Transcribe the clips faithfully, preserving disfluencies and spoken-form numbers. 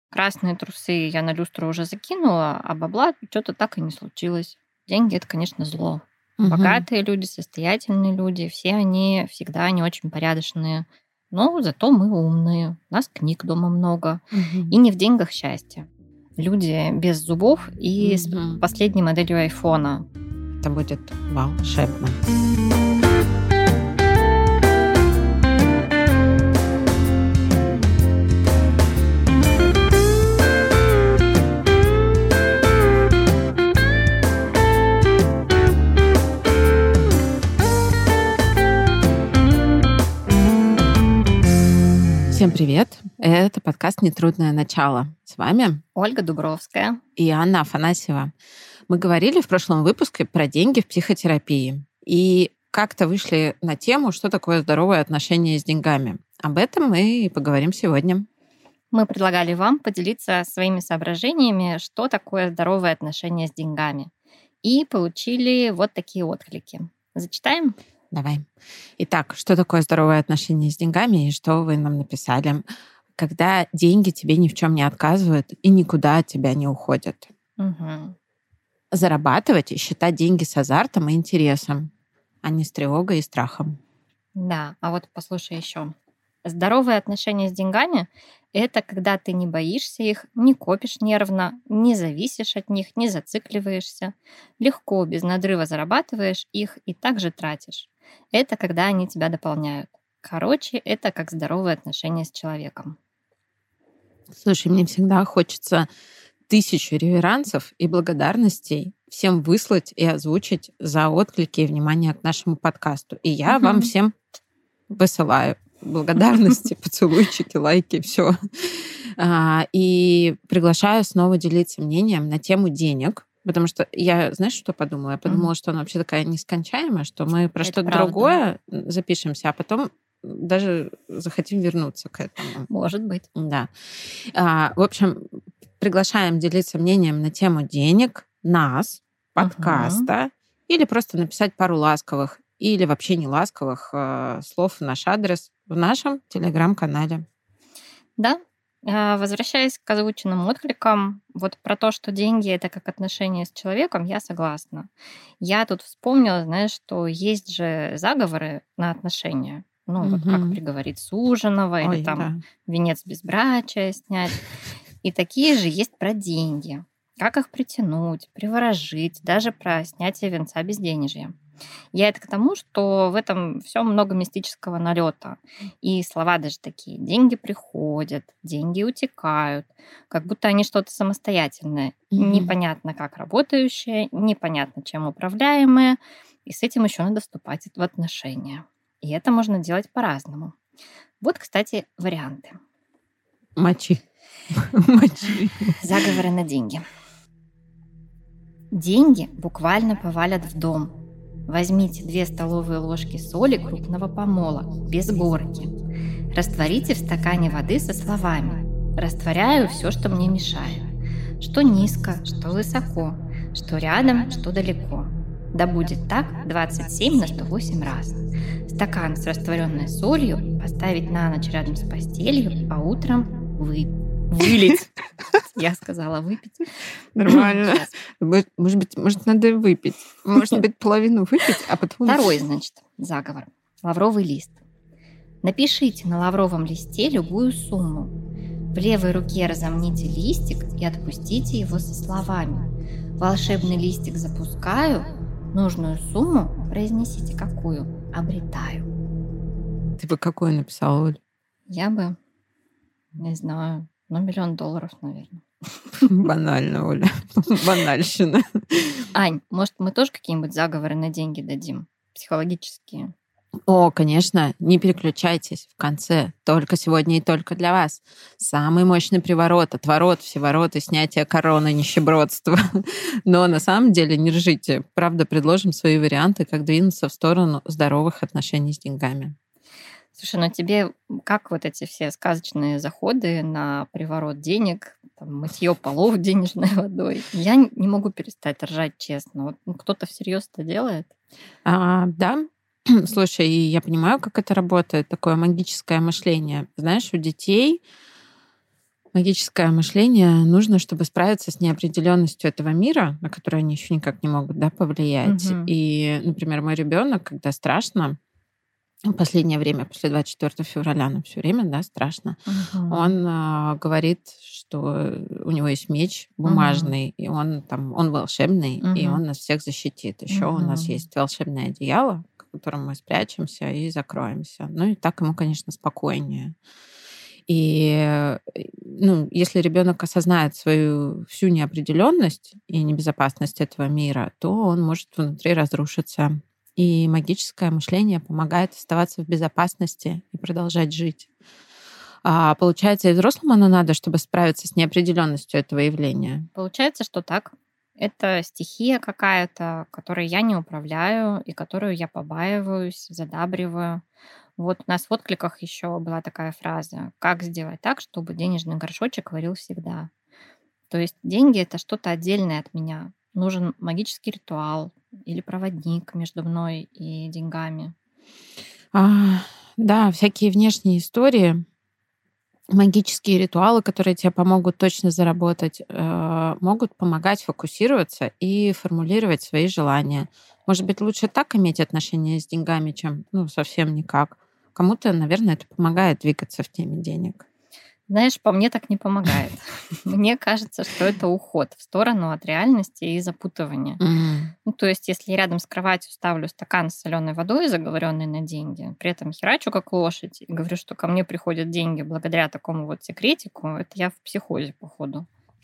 Красные трусы я на люстру уже закинула, а бабла что-то так и не случилось. Деньги — это, конечно, зло. Мгм. Богатые люди, состоятельные люди, все они всегда не очень порядочные. Но зато мы умные, у нас книг дома много. Мгм. И не в деньгах счастье. Люди без зубов и с Мгм. последней моделью айфона. Это будет волшебно. Всем привет! Это подкаст «Нетрудное начало». С вами Ольга Дубровская. и Анна Афанасьева. Мы говорили в прошлом выпуске про деньги в психотерапии. И как-то вышли на тему, что такое здоровое отношение с деньгами. Об этом мы и поговорим сегодня. Мы предлагали вам поделиться своими соображениями, что такое здоровое отношение с деньгами. И получили вот такие отклики. Зачитаем? Давай. Итак, что такое здоровое отношение с деньгами и что вы нам написали? Когда деньги тебе ни в чем не отказывают и никуда от тебя не уходят. Угу. Зарабатывать и считать деньги с азартом и интересом, а не с тревогой и страхом. Да, а вот послушай еще. Здоровое отношение с деньгами — это когда ты не боишься их, не копишь нервно, не зависишь от них, не зацикливаешься, легко, без надрыва зарабатываешь их и также тратишь. Это когда они тебя дополняют. Короче, это как здоровое отношение с человеком. Слушай, мне всегда хочется тысячу реверансов и благодарностей всем выслать и озвучить за отклики и внимание к нашему подкасту. И я Мгм. вам всем высылаю благодарности, поцелуйчики, лайки, все. И приглашаю снова делиться мнением на тему денег, потому что я, знаешь, что подумала? Я подумала, Мгм. что она вообще такая нескончаемая, что мы про Это что-то правда. другое запишемся, а потом даже захотим вернуться к этому. Может быть. Да. А, В общем, приглашаем делиться мнением на тему денег, нас, Мгм. подкаста, или просто написать пару ласковых или вообще не ласковых э, слов в наш адрес в нашем телеграм-канале. Да. А, Возвращаясь к озвученным откликам, вот про то, что деньги — это как отношения с человеком, я согласна. Я тут вспомнила, знаешь, что есть же заговоры на отношения. Ну, вот как Мгм. приговорить суженого или Ой, там да. венец безбрачия снять. И такие же есть про деньги. Как их притянуть, приворожить, даже про снятие венца безденежья. Я это к тому, что в этом всем много мистического налета. И слова даже такие: деньги приходят, деньги утекают, как будто они что-то самостоятельное, Мгм. непонятно как работающее, непонятно чем управляемое, и с этим еще надо вступать в отношения. И это можно делать по-разному. Вот, кстати, варианты. Мочи. Мочи. Заговоры на деньги. Деньги буквально повалят в дом. Возьмите две столовые ложки соли крупного помола, без горки. Растворите в стакане воды со словами: «Растворяю все, что мне мешает. Что низко, что высоко, что рядом, что далеко. Да будет так двадцать семь на сто восемь раз. Стакан с растворенной солью поставить на ночь рядом с постелью, а утром вы... вылить». Я сказала выпить. Нормально. Сейчас. Может может быть, может, надо выпить. Может быть, половину выпить, а потом... Второй, значит, заговор. Лавровый лист. Напишите на лавровом листе любую сумму. В левой руке разомните листик и отпустите его со словами: «Волшебный листик запускаю, нужную сумму произнесите какую, обретаю». Ты бы какой написала, Оль? Я бы, не знаю, ну миллион долларов, наверное. Банально, Оля. Банальщина. Ань, может, мы тоже какие-нибудь заговоры на деньги дадим? Психологические. О, конечно, не переключайтесь в конце. Только сегодня и только для вас. Самый мощный приворот, отворот, всеворот и снятие короны нищебродства. Но на самом деле не ржите. Правда, предложим свои варианты, как двинуться в сторону здоровых отношений с деньгами. Слушай, ну тебе как вот эти все сказочные заходы на приворот денег, там, мытье полов денежной водой? Я н- не могу перестать ржать, честно. Вот ну, кто-то всерьез это делает? А, да, слушай, и я понимаю, как это работает, такое магическое мышление. Знаешь, у детей Магическое мышление нужно, чтобы справиться с неопределенностью этого мира, на который они еще никак не могут, да, повлиять. Мгм. И, например, мой ребенок, когда страшно, в последнее время, после двадцать четвёртого февраля, нам все время, да, страшно, Мгм. он а, говорит, что у него есть меч Мгм. бумажный, и он там, он волшебный, и Мгм. он нас всех защитит. Еще у нас Мгм. есть волшебное одеяло, в котором мы спрячемся и закроемся. Ну и так ему, конечно, спокойнее. И э, ну, если ребенок осознает свою всю неопределенность и небезопасность этого мира, то он может внутри разрушиться. И магическое мышление помогает оставаться в безопасности и продолжать жить. А получается, и взрослому оно надо, чтобы справиться с неопределенностью этого явления. Получается, что так. Это стихия какая-то, которой я не управляю и которую я побаиваюсь, задабриваю. Вот у нас в откликах еще была такая фраза: как сделать так, чтобы денежный горшочек варил всегда. То есть деньги — это что-то отдельное от меня. Нужен магический ритуал или проводник между мной и деньгами. А, да, всякие внешние истории, магические ритуалы, которые тебе помогут точно заработать, э, могут помогать фокусироваться и формулировать свои желания. Может быть, лучше так иметь отношения с деньгами, чем ну, совсем никак. Кому-то, наверное, это помогает двигаться в теме денег. Знаешь, по мне так не помогает. Мне кажется, что это уход в сторону от реальности и запутывания. М. Ну, то есть, если я рядом с кроватью ставлю стакан с соленой водой, заговоренной на деньги, при этом херачу как лошадь и говорю, что ко мне приходят деньги благодаря такому вот секретику, это я в психозе, походу.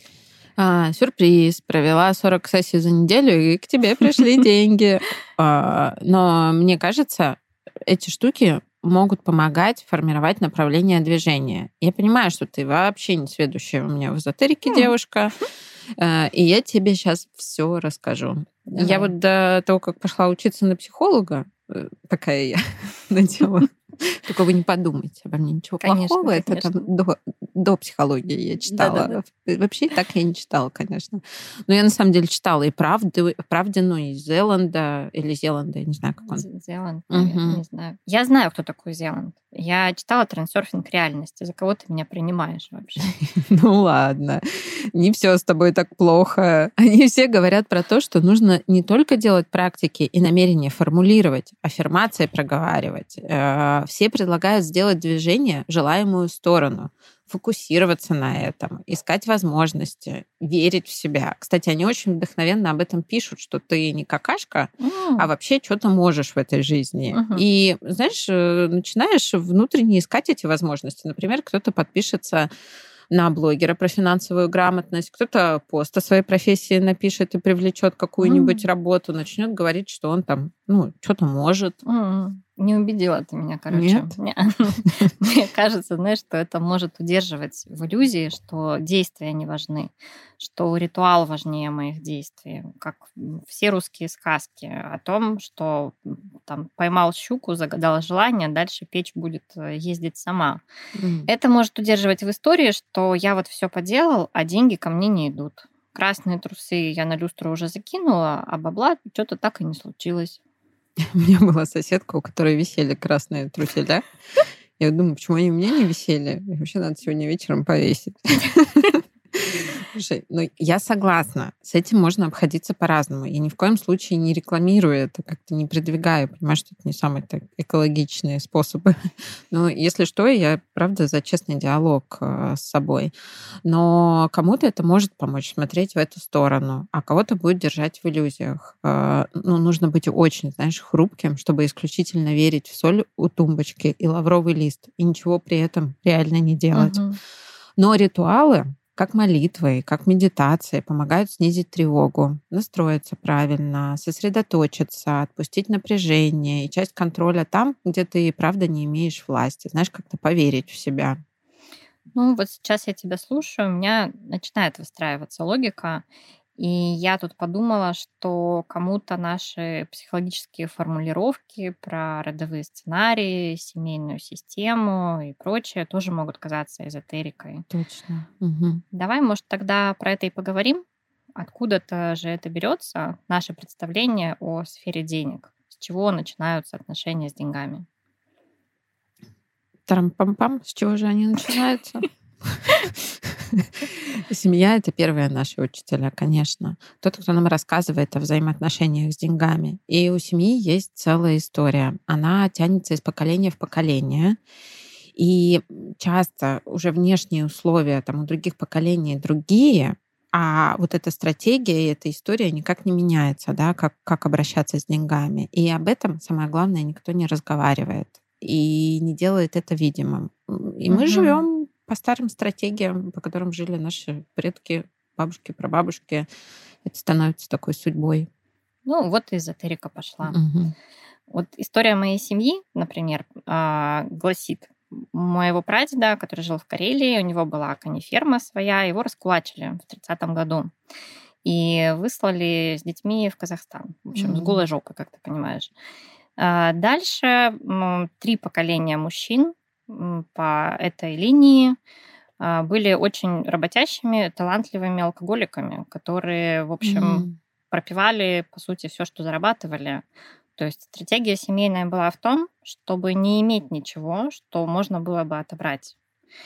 А, сюрприз. Провела сорок сессий за неделю, и к тебе пришли деньги. А, Но мне кажется, эти штуки могут помогать формировать направление движения. Я понимаю, что ты вообще не сведущая у меня в эзотерике М, девушка, э, и я тебе сейчас все расскажу. Я Давай. вот до того, как пошла учиться на психолога, э, такая я надела. Только вы не подумайте обо мне ничего Конечно, плохого. Это там конечно. до, до психологии я Да-да-да. читала. Вообще так я не читала, конечно. Но я на самом деле читала и правду, Правдину, и Зеланда, или Зеланда, я не знаю, как он. Зе- Зеланд, наверное, Мгм. не знаю. Я знаю, кто такой Зеланд. Я читала «Трансерфинг реальности». За кого ты меня принимаешь вообще? Ну ладно, не все с тобой так плохо. Они все говорят про то, что нужно не только делать практики и намерения формулировать, аффирмации проговаривать. Э, Все предлагают сделать движение в желаемую сторону, фокусироваться на этом, искать возможности, верить в себя. Кстати, они очень вдохновенно об этом пишут, что ты не какашка, а М, вообще что-то можешь в этой жизни. мгм. И, знаешь, э, начинаешь внутренне искать эти возможности. Например, кто-то подпишется на блогера про финансовую грамотность, кто-то пост о своей профессии напишет и привлечет какую-нибудь М, работу, начнет говорить, что он там, ну, что-то может. м. Не убедила ты меня, короче. Нет? Не. Мне кажется, знаешь, что это может удерживать в иллюзии, что действия не важны, что ритуал важнее моих действий, как м, все русские сказки о том, что м, там поймал щуку, загадал желание, дальше печь будет э, ездить сама. М. Это может удерживать в истории, что я вот все поделал, а деньги ко мне не идут. Красные трусы я на люстру уже закинула, а бабла что-то так и не случилось. У меня была соседка, у которой висели красные труселя. Я думаю, почему они у меня не висели? Их вообще надо сегодня вечером повесить. Слушай, ну я согласна. С этим можно обходиться по-разному. Я ни в коем случае не рекламирую это, как-то не продвигаю. Понимаю, что это не самые так экологичные способы. Но если что, я, правда, за честный диалог э, с собой. Но кому-то это может помочь смотреть в эту сторону, а кого-то будет держать в иллюзиях. Э, Ну, нужно быть очень, знаешь, хрупким, чтобы исключительно верить в соль у тумбочки и лавровый лист, и ничего при этом реально не делать. Мгм. Но ритуалы, как молитвы, как медитация, помогают снизить тревогу, настроиться правильно, сосредоточиться, отпустить напряжение и часть контроля там, где ты, правда, не имеешь власти. Знаешь, как-то поверить в себя. Ну, вот сейчас я тебя слушаю, у меня начинает выстраиваться логика, и я тут подумала, что кому-то наши психологические формулировки про родовые сценарии, семейную систему и прочее тоже могут казаться эзотерикой. Точно. Мгм. Давай, может, тогда про это и поговорим? Откуда-то же это берется, наше представление о сфере денег? С чего начинаются отношения с деньгами? Тарам-пам-пам. С чего же они начинаются? Семья — это первые наши учителя, конечно. Тот, кто нам рассказывает о взаимоотношениях с деньгами. И у семьи есть целая история. Она тянется из поколения в поколение. И часто уже внешние условия там, у других поколений другие, а вот эта стратегия и эта история никак не меняется, да, как, как обращаться с деньгами. И об этом, самое главное, никто не разговаривает и не делает это видимым. И мы Мгм. живем по старым стратегиям, по которым жили наши предки, бабушки, прабабушки. Это становится такой судьбой. Ну, вот эзотерика пошла. Мгм. Вот история моей семьи, например, а, гласит, у моего прадеда, который жил в Карелии, у него была конеферма своя, его раскулачили в тридцатом году и выслали с детьми в Казахстан. В общем, с Мгм. голой жопой, как ты понимаешь. А Дальше м, три поколения мужчин м, по этой линии а, были очень работящими, талантливыми алкоголиками, которые, в общем, Мгм. пропивали, по сути, все, что зарабатывали. То есть стратегия семейная была в том, чтобы не иметь ничего, что можно было бы отобрать.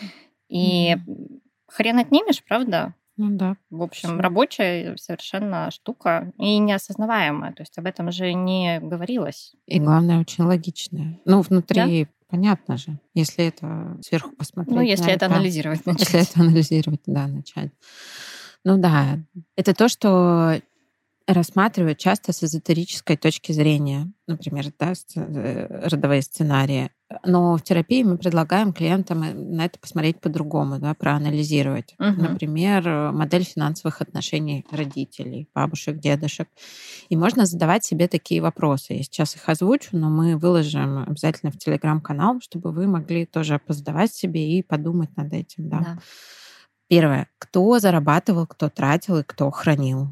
И Мгм. м, хрен отнимешь, правда? Ну да. В общем, Всё. рабочая совершенно штука и неосознаваемая. То есть об этом же не говорилось. И главное, очень логичное. Ну, Да? внутри понятно же, если это сверху Ну, посмотреть если на это это, анализировать если начать. это анализировать, да, начать. Ну да, это то, что рассматривают часто с эзотерической точки зрения, например, да, сц- э, родовые сценарии. Но в терапии мы предлагаем клиентам э, на это посмотреть по-другому, да, проанализировать. Мгм. Например, э, модель финансовых отношений родителей, бабушек, дедушек. И можно задавать себе такие вопросы. Я сейчас их озвучу, но мы выложим обязательно в Телеграм-канал, чтобы вы могли тоже позадавать себе и подумать над этим. Да. Да. Первое. Кто зарабатывал, кто тратил и кто хранил?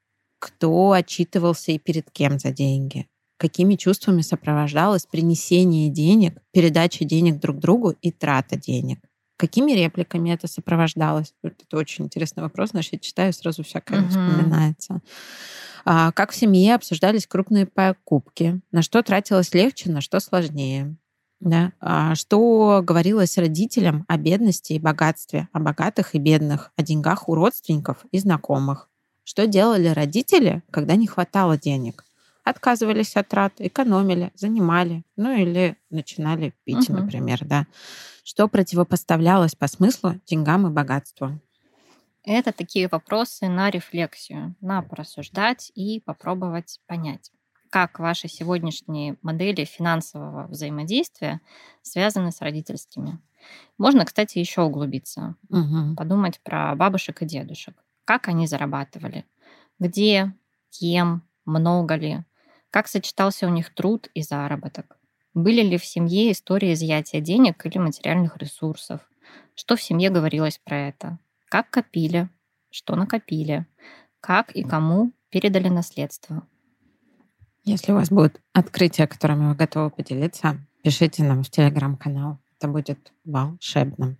Кто отчитывался и перед кем за деньги? Какими чувствами сопровождалось принесение денег, передача денег друг другу и трата денег? Какими репликами это сопровождалось? Вот это очень интересный вопрос. Знаешь, я читаю, сразу всякое Мгм. вспоминается. А, как в семье обсуждались крупные покупки? На что тратилось легче, на что сложнее? Да? А, что говорилось родителям о бедности и богатстве, о богатых и бедных, о деньгах у родственников и знакомых? Что делали родители, когда не хватало денег? Отказывались от трат, экономили, занимали, ну или начинали пить, Мгм. например, да. Что противопоставлялось по смыслу деньгам и богатству? Это такие вопросы на рефлексию, на порассуждать и попробовать понять, как ваши сегодняшние модели финансового взаимодействия связаны с родительскими. Можно, кстати, еще углубиться, Мгм. подумать про бабушек и дедушек. Как они зарабатывали? Где, кем, много ли? Как сочетался у них труд и заработок? Были ли в семье истории изъятия денег или материальных ресурсов? Что в семье говорилось про это? Как копили? Что накопили? Как и кому передали наследство? Если у вас будут открытия, которыми вы готовы поделиться, пишите нам в Телеграм-канал. Это будет волшебно.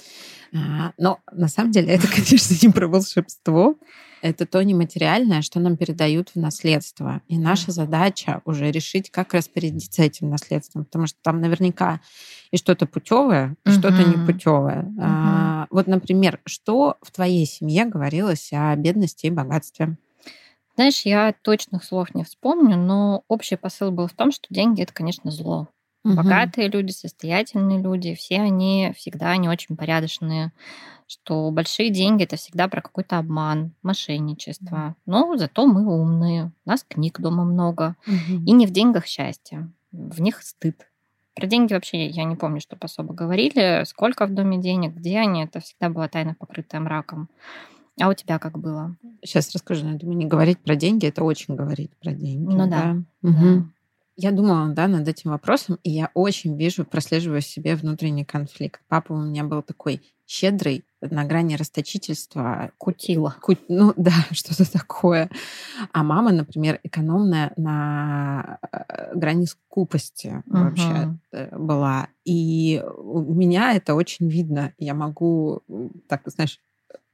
А, Но на самом деле это, конечно, не про волшебство. Это то нематериальное, что нам передают в наследство. И наша Да. задача уже решить, как распорядиться этим наследством. Потому что там наверняка и что-то путевое, и что-то Мгм. непутевое. Мгм. А, Вот, например, что в твоей семье говорилось о бедности и богатстве? Знаешь, я точных слов не вспомню, но общий посыл был в том, что деньги это, конечно, зло. Мгм. Богатые люди, состоятельные люди, все они всегда не очень порядочные, что большие деньги это всегда про какой-то обман, мошенничество. Но зато мы умные, у нас книг дома много. Мгм. И не в деньгах счастье, в них стыд. Про деньги вообще я не помню, чтобы особо говорили. Сколько в доме денег, где они, это всегда была тайна, покрытая мраком. А у тебя как было? Сейчас расскажу, но я думаю, не говорить про деньги, это очень говорить про деньги, Ну да. да, да. Мгм. Я думала, да, над этим вопросом, и я очень вижу, прослеживаю в себе внутренний конфликт. Папа у меня был такой щедрый, на грани расточительства. Кутила. Ку- Ну да, что-то такое. А мама, например, экономная на э, грани скупости вообще Мгм. э, была. И у меня это очень видно. Я могу, м, так, знаешь,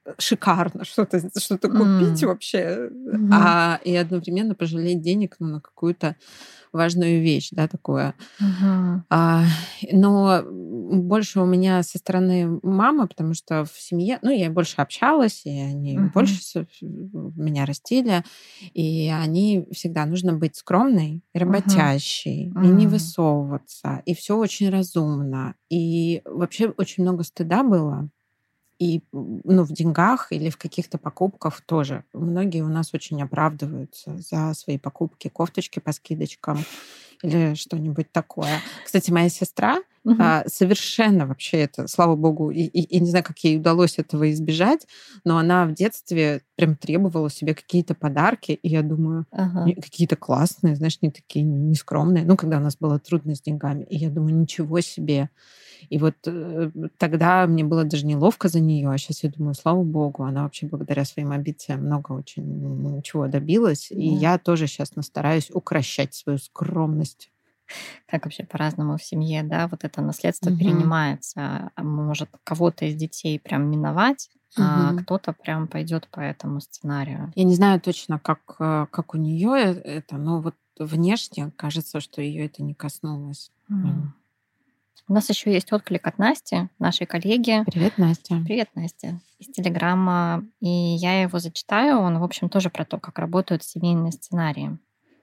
шикарно что-то, что-то купить М. вообще, Мгм. а и одновременно пожалеть денег, ну, на какую-то важную вещь, да, такое. Мгм. А, но больше у меня со стороны мамы, потому что в семье, ну, я больше общалась, и они Мгм. больше с- меня растили, и они всегда нужно быть скромной, и Мгм. работящей, и не М. высовываться, и все очень разумно. И вообще очень много стыда было. И, м, ну, в деньгах или в каких-то покупках тоже. Многие у нас очень оправдываются за свои покупки, кофточки по скидочкам или что-нибудь такое. Кстати, моя сестра Мгм. а, совершенно вообще это, слава богу, и, и- и не знаю, как ей удалось этого избежать, но она в детстве прям требовала себе какие-то подарки, и я думаю, Ага. не- какие-то классные, знаешь, не такие, не, не скромные. Ну, когда у нас было трудно с деньгами. И я думаю, ничего себе. И вот э, тогда мне было даже неловко за нее, а сейчас я думаю, слава богу, она вообще благодаря своим амбициям много очень м, чего добилась. И Да. я тоже сейчас стараюсь укращать свою скромность. Как вообще по-разному в семье, да, вот это наследство Мгм. перенимается. А может кого-то из детей прям миновать, а Мгм. кто-то прям пойдет по этому сценарию. Я не знаю точно, как, э, как у нее это, но вот внешне кажется, что ее это не коснулось. М. М. У нас еще есть отклик от Насти, нашей коллеги. Привет, Настя. Привет, Настя, из Телеграма. И я его зачитаю. Он, в общем, тоже про то, как работают семейные сценарии.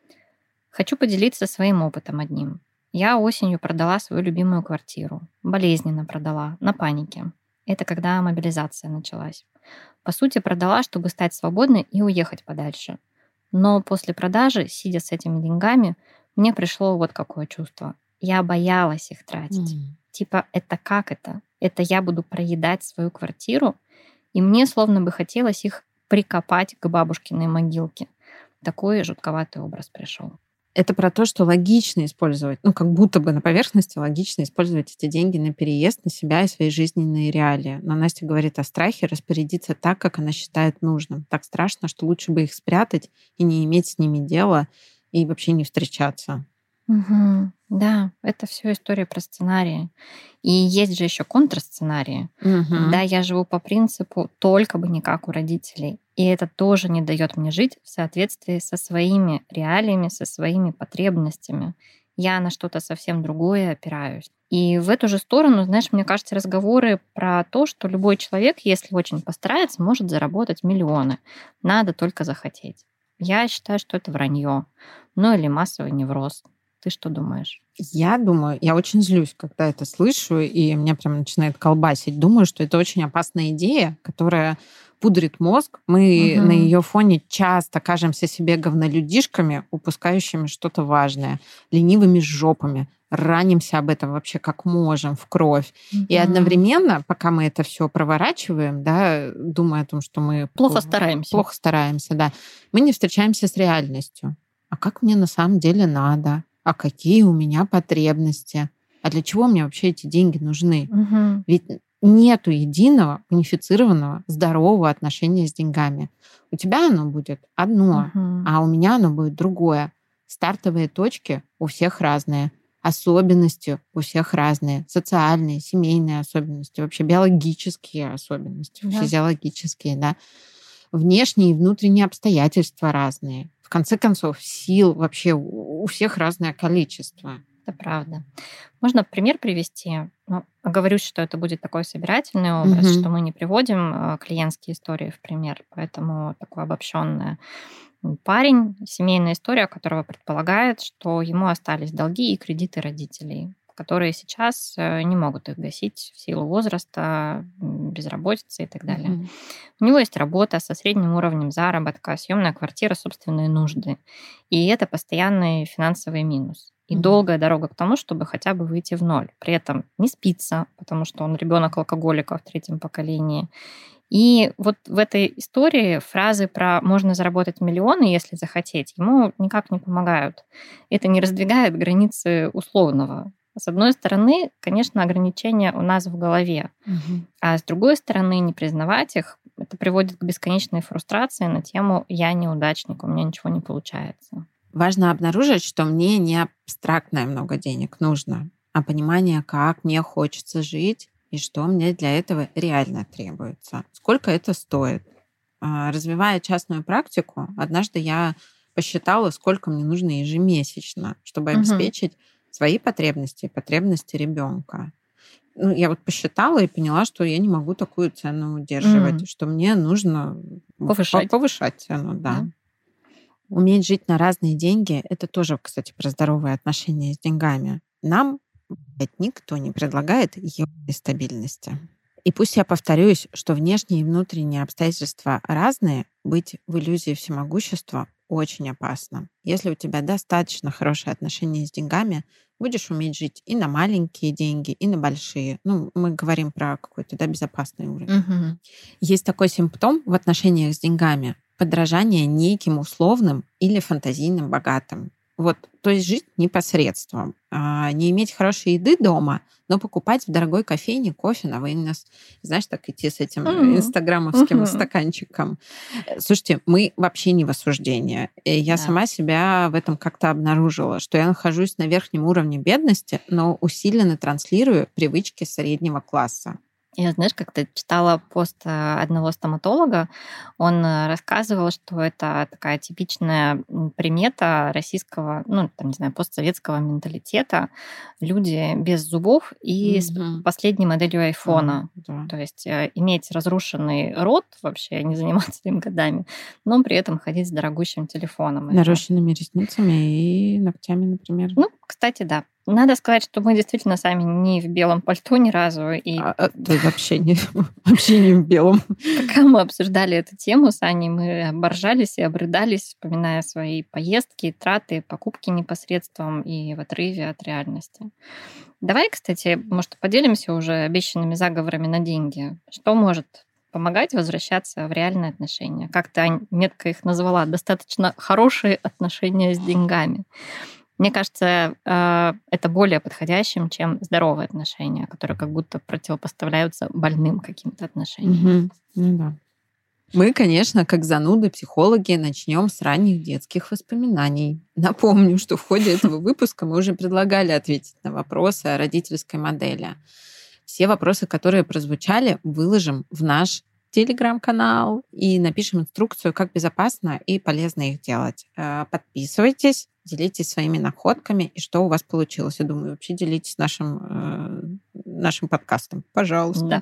Хочу поделиться своим опытом одним. Я осенью продала свою любимую квартиру. Болезненно продала, на панике. Это когда мобилизация началась. По сути, продала, чтобы стать свободной и уехать подальше. Но после продажи, сидя с этими деньгами, мне пришло вот какое чувство. Я боялась их тратить. М. Типа, это как это? Это я буду проедать свою квартиру? И мне словно бы хотелось их прикопать к бабушкиной могилке. Такой жутковатый образ пришел. Это про то, что логично использовать, ну, как будто бы на поверхности логично использовать эти деньги на переезд, на себя и свои жизненные реалии. Но Настя говорит о страхе распорядиться так, как она считает нужным. Так страшно, что лучше бы их спрятать и не иметь с ними дела, и вообще не встречаться. Мгм. Да, это все история про сценарии. И есть же еще контрсценарии, когда Мгм. я живу по принципу только бы не как у родителей. И это тоже не дает мне жить в соответствии со своими реалиями, со своими потребностями. Я на что-то совсем другое опираюсь. И в эту же сторону, знаешь, мне кажется, разговоры про то, что любой человек, если очень постарается, может заработать миллионы. Надо только захотеть. Я считаю, что это вранье. Ну или массовый невроз. Ты что думаешь? Я думаю, я очень злюсь, когда это слышу, и меня прям начинает колбасить. Думаю, что это очень опасная идея, которая пудрит мозг. Мы на Мгм. ее фоне часто кажемся себе говнолюдишками, упускающими что-то важное, ленивыми жопами, ранимся об этом вообще как можем, в кровь. И Мгм. одновременно, пока мы это все проворачиваем, да, думая о том, что мы Плохо п- стараемся. плохо стараемся, да, мы не встречаемся с реальностью. А как мне на самом деле надо? А какие у меня потребности? А для чего мне вообще эти деньги нужны? Мгм. Ведь нету единого унифицированного здорового отношения с деньгами. У тебя оно будет одно, Мгм. а у меня оно будет другое. Стартовые точки у всех разные, особенности у всех разные, социальные, семейные особенности, вообще биологические особенности, Да, физиологические, да, внешние и внутренние обстоятельства разные. В конце концов, сил вообще у у всех разное количество. это правда. Можно пример привести? Ну, оговорюсь, что это будет такой собирательный образ, что Мгм. мы не приводим э, клиентские истории в пример, поэтому такое обобщенное. М, Парень, семейная история, которого предполагает, что ему остались долги и кредиты родителей, которые сейчас э, не могут их гасить в силу возраста, м, безработицы и так далее. Мгм. У него есть работа со средним уровнем заработка, съемная квартира, собственные нужды. И это постоянный финансовый минус. И Мгм. долгая дорога к тому, чтобы хотя бы выйти в ноль. При этом не спится, потому что он ребенок алкоголика в третьем поколении. И вот в этой истории фразы про «можно заработать миллионы, если захотеть» ему никак не помогают. Это не раздвигает границы условного. С одной стороны, конечно, ограничения у нас в голове, Мгм. а с другой стороны, не признавать их, это приводит к бесконечной фрустрации на тему «я неудачник, у меня ничего не получается». Важно обнаружить, что мне не абстрактное много денег нужно, а понимание, как мне хочется жить, и что мне для этого реально требуется, сколько это стоит. А, Развивая частную практику, однажды я посчитала, сколько мне нужно ежемесячно, чтобы Мгм. обеспечить свои потребности и потребности ребенка. Ну, я вот посчитала и поняла, что я не могу такую цену удерживать, М, что мне нужно по- Повышать, повышать цену, да. да. Уметь жить на разные деньги — это тоже, кстати, про здоровые отношения с деньгами. Нам блядь, никто не предлагает ебаной стабильности. И пусть я повторюсь, что внешние и внутренние обстоятельства разные, быть в иллюзии всемогущества очень опасно. Если у тебя достаточно хорошие отношения с деньгами, будешь уметь жить и на маленькие деньги, и на большие. Ну, мы говорим про какой-то, да, безопасный уровень. Мгм. Есть такой симптом в отношениях с деньгами — подражание неким условным или фантазийным богатым. Вот, то есть жить непосредством, а, не иметь хорошей еды дома, но покупать в дорогой кофейне кофе на вынос. Знаешь, так идти с этим э, М, инстаграмовским мгм. стаканчиком. Э, Слушайте, мы вообще не в осуждении. И я Да. сама себя в этом как-то обнаружила, что я нахожусь на верхнем уровне бедности, но усиленно транслирую привычки среднего класса. Я, знаешь, как-то читала пост э, одного стоматолога. Он э, рассказывал, что это такая типичная м, примета российского, ну, там, не знаю, постсоветского менталитета. Люди без зубов и с Мгм. последней моделью А, айфона. да. То есть э, иметь разрушенный рот вообще, не заниматься им годами, но при этом ходить с дорогущим телефоном. Это Нарощенными ресницами и ногтями, например. ну, кстати, да. Надо сказать, что мы действительно сами не в белом пальто ни разу. И А, а, да, вообще не, вообще не в белом. пока мы обсуждали эту тему с Аней, мы оборжались и обрыдались, вспоминая свои поездки, траты, покупки непосредством и в отрыве от реальности. Давай, кстати, может, поделимся уже обещанными заговорами на деньги. Что может помогать возвращаться в реальные отношения? Как ты, Ань, метко их назвала, достаточно хорошие отношения с деньгами. Мне кажется, э, это более подходящим, чем здоровые отношения, которые как будто противопоставляются больным каким-то отношениям. Мгм. Ну да. Мы, конечно, как зануды, психологи, начнем с ранних детских воспоминаний. Напомню, что в ходе этого выпуска мы уже предлагали ответить на вопросы о родительской модели. Все вопросы, которые прозвучали, выложим в наш телеграм-канал и напишем инструкцию, как безопасно и полезно их делать. Э, Подписывайтесь, делитесь своими находками и что у вас получилось. Я думаю, вообще делитесь нашим, э, нашим подкастом. Пожалуйста. Да.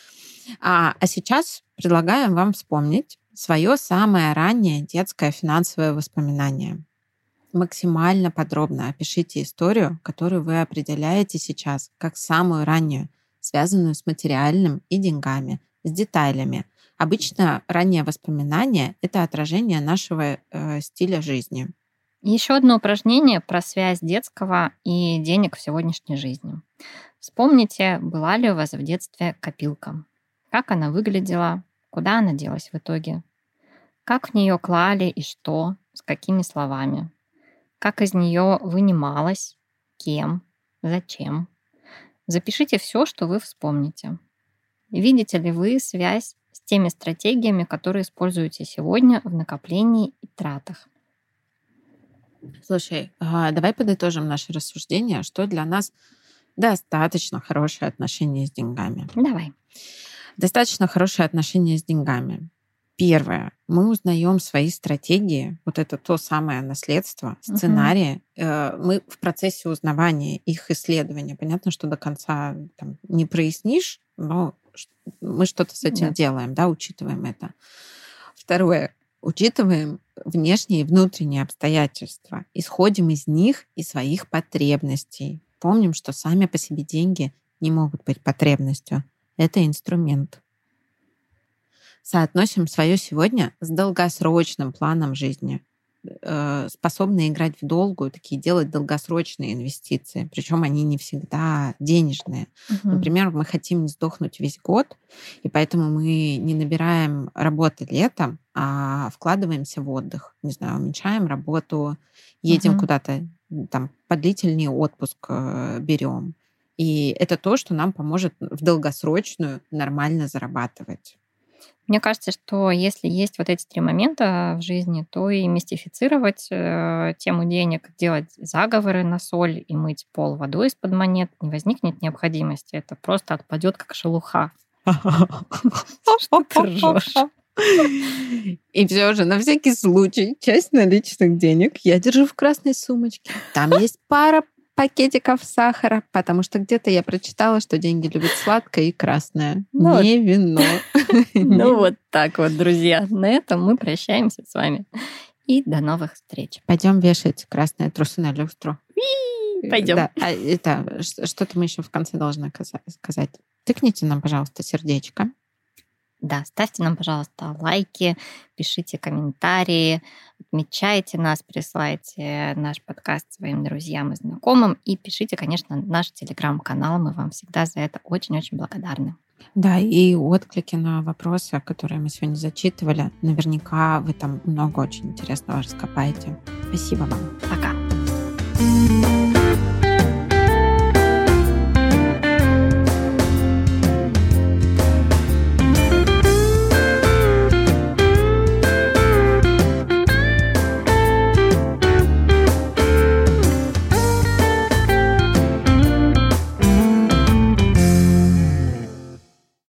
А, а сейчас предлагаем вам вспомнить свое самое раннее детское финансовое воспоминание. Максимально подробно опишите историю, которую вы определяете сейчас как самую раннюю, связанную с материальным и деньгами, с деталями. Обычно раннее воспоминание — это отражение нашего э, стиля жизни. Еще одно упражнение про связь детского и денег в сегодняшней жизни. Вспомните, была ли у вас в детстве копилка? Как она выглядела? Куда она делась в итоге? Как в нее клали и что? С какими словами? Как из нее вынималась? Кем? Зачем? Запишите все, что вы вспомните. Видите ли вы связь с теми стратегиями, которые используете сегодня в накоплении и тратах? Слушай, а, давай подытожим наше рассуждение, что для нас достаточно хорошее отношение с деньгами. Давай. Достаточно хорошие отношения с деньгами. Первое. Мы узнаем свои стратегии, вот это то самое наследство, Мгм. сценарии. Э, Мы в процессе узнавания, их исследования, понятно, что до конца там, не прояснишь, но ш- мы что-то с этим Да. делаем, да, учитываем это. Второе. Учитываем внешние и внутренние обстоятельства, исходим из них и своих потребностей. Помним, что сами по себе деньги не могут быть потребностью. Это инструмент. Соотносим свое сегодня с долгосрочным планом жизни. Э, Способны играть в долгую, такие делать долгосрочные инвестиции. Причем они не всегда денежные. Мгм. Например, мы хотим не сдохнуть весь год, и поэтому мы не набираем работы летом, а вкладываемся в отдых. Не знаю, уменьшаем работу, едем Мгм. куда-то, м, там, подлительный отпуск э, берем. И это то, что нам поможет в долгосрочную нормально зарабатывать. Мне кажется, что если есть вот эти три момента в жизни, то и мистифицировать э, тему денег, делать заговоры на соль и мыть пол водой из-под монет не возникнет необходимости. Это просто отпадет как шелуха. Что ты ржешь? И все же, на всякий случай, часть наличных денег я держу в красной сумочке. Там есть пара пакетиков сахара, потому что где-то я прочитала, что деньги любят сладкое и красное, Ну, не вино. Ну вот так вот, друзья. На этом мы прощаемся с вами. И до новых встреч. Пойдем вешать красные трусы на люстру. Пойдем. Да, а это ш- что-то мы еще в конце должны каза- сказать. Тыкните нам, пожалуйста, сердечко. Да, ставьте нам, пожалуйста, лайки, пишите комментарии, отмечайте нас, присылайте наш подкаст своим друзьям и знакомым и пишите, конечно, наш телеграм-канал. Мы вам всегда за это очень-очень благодарны. Да, и отклики на вопросы, которые мы сегодня зачитывали. Наверняка вы там много очень интересного раскопаете. Спасибо вам. Пока.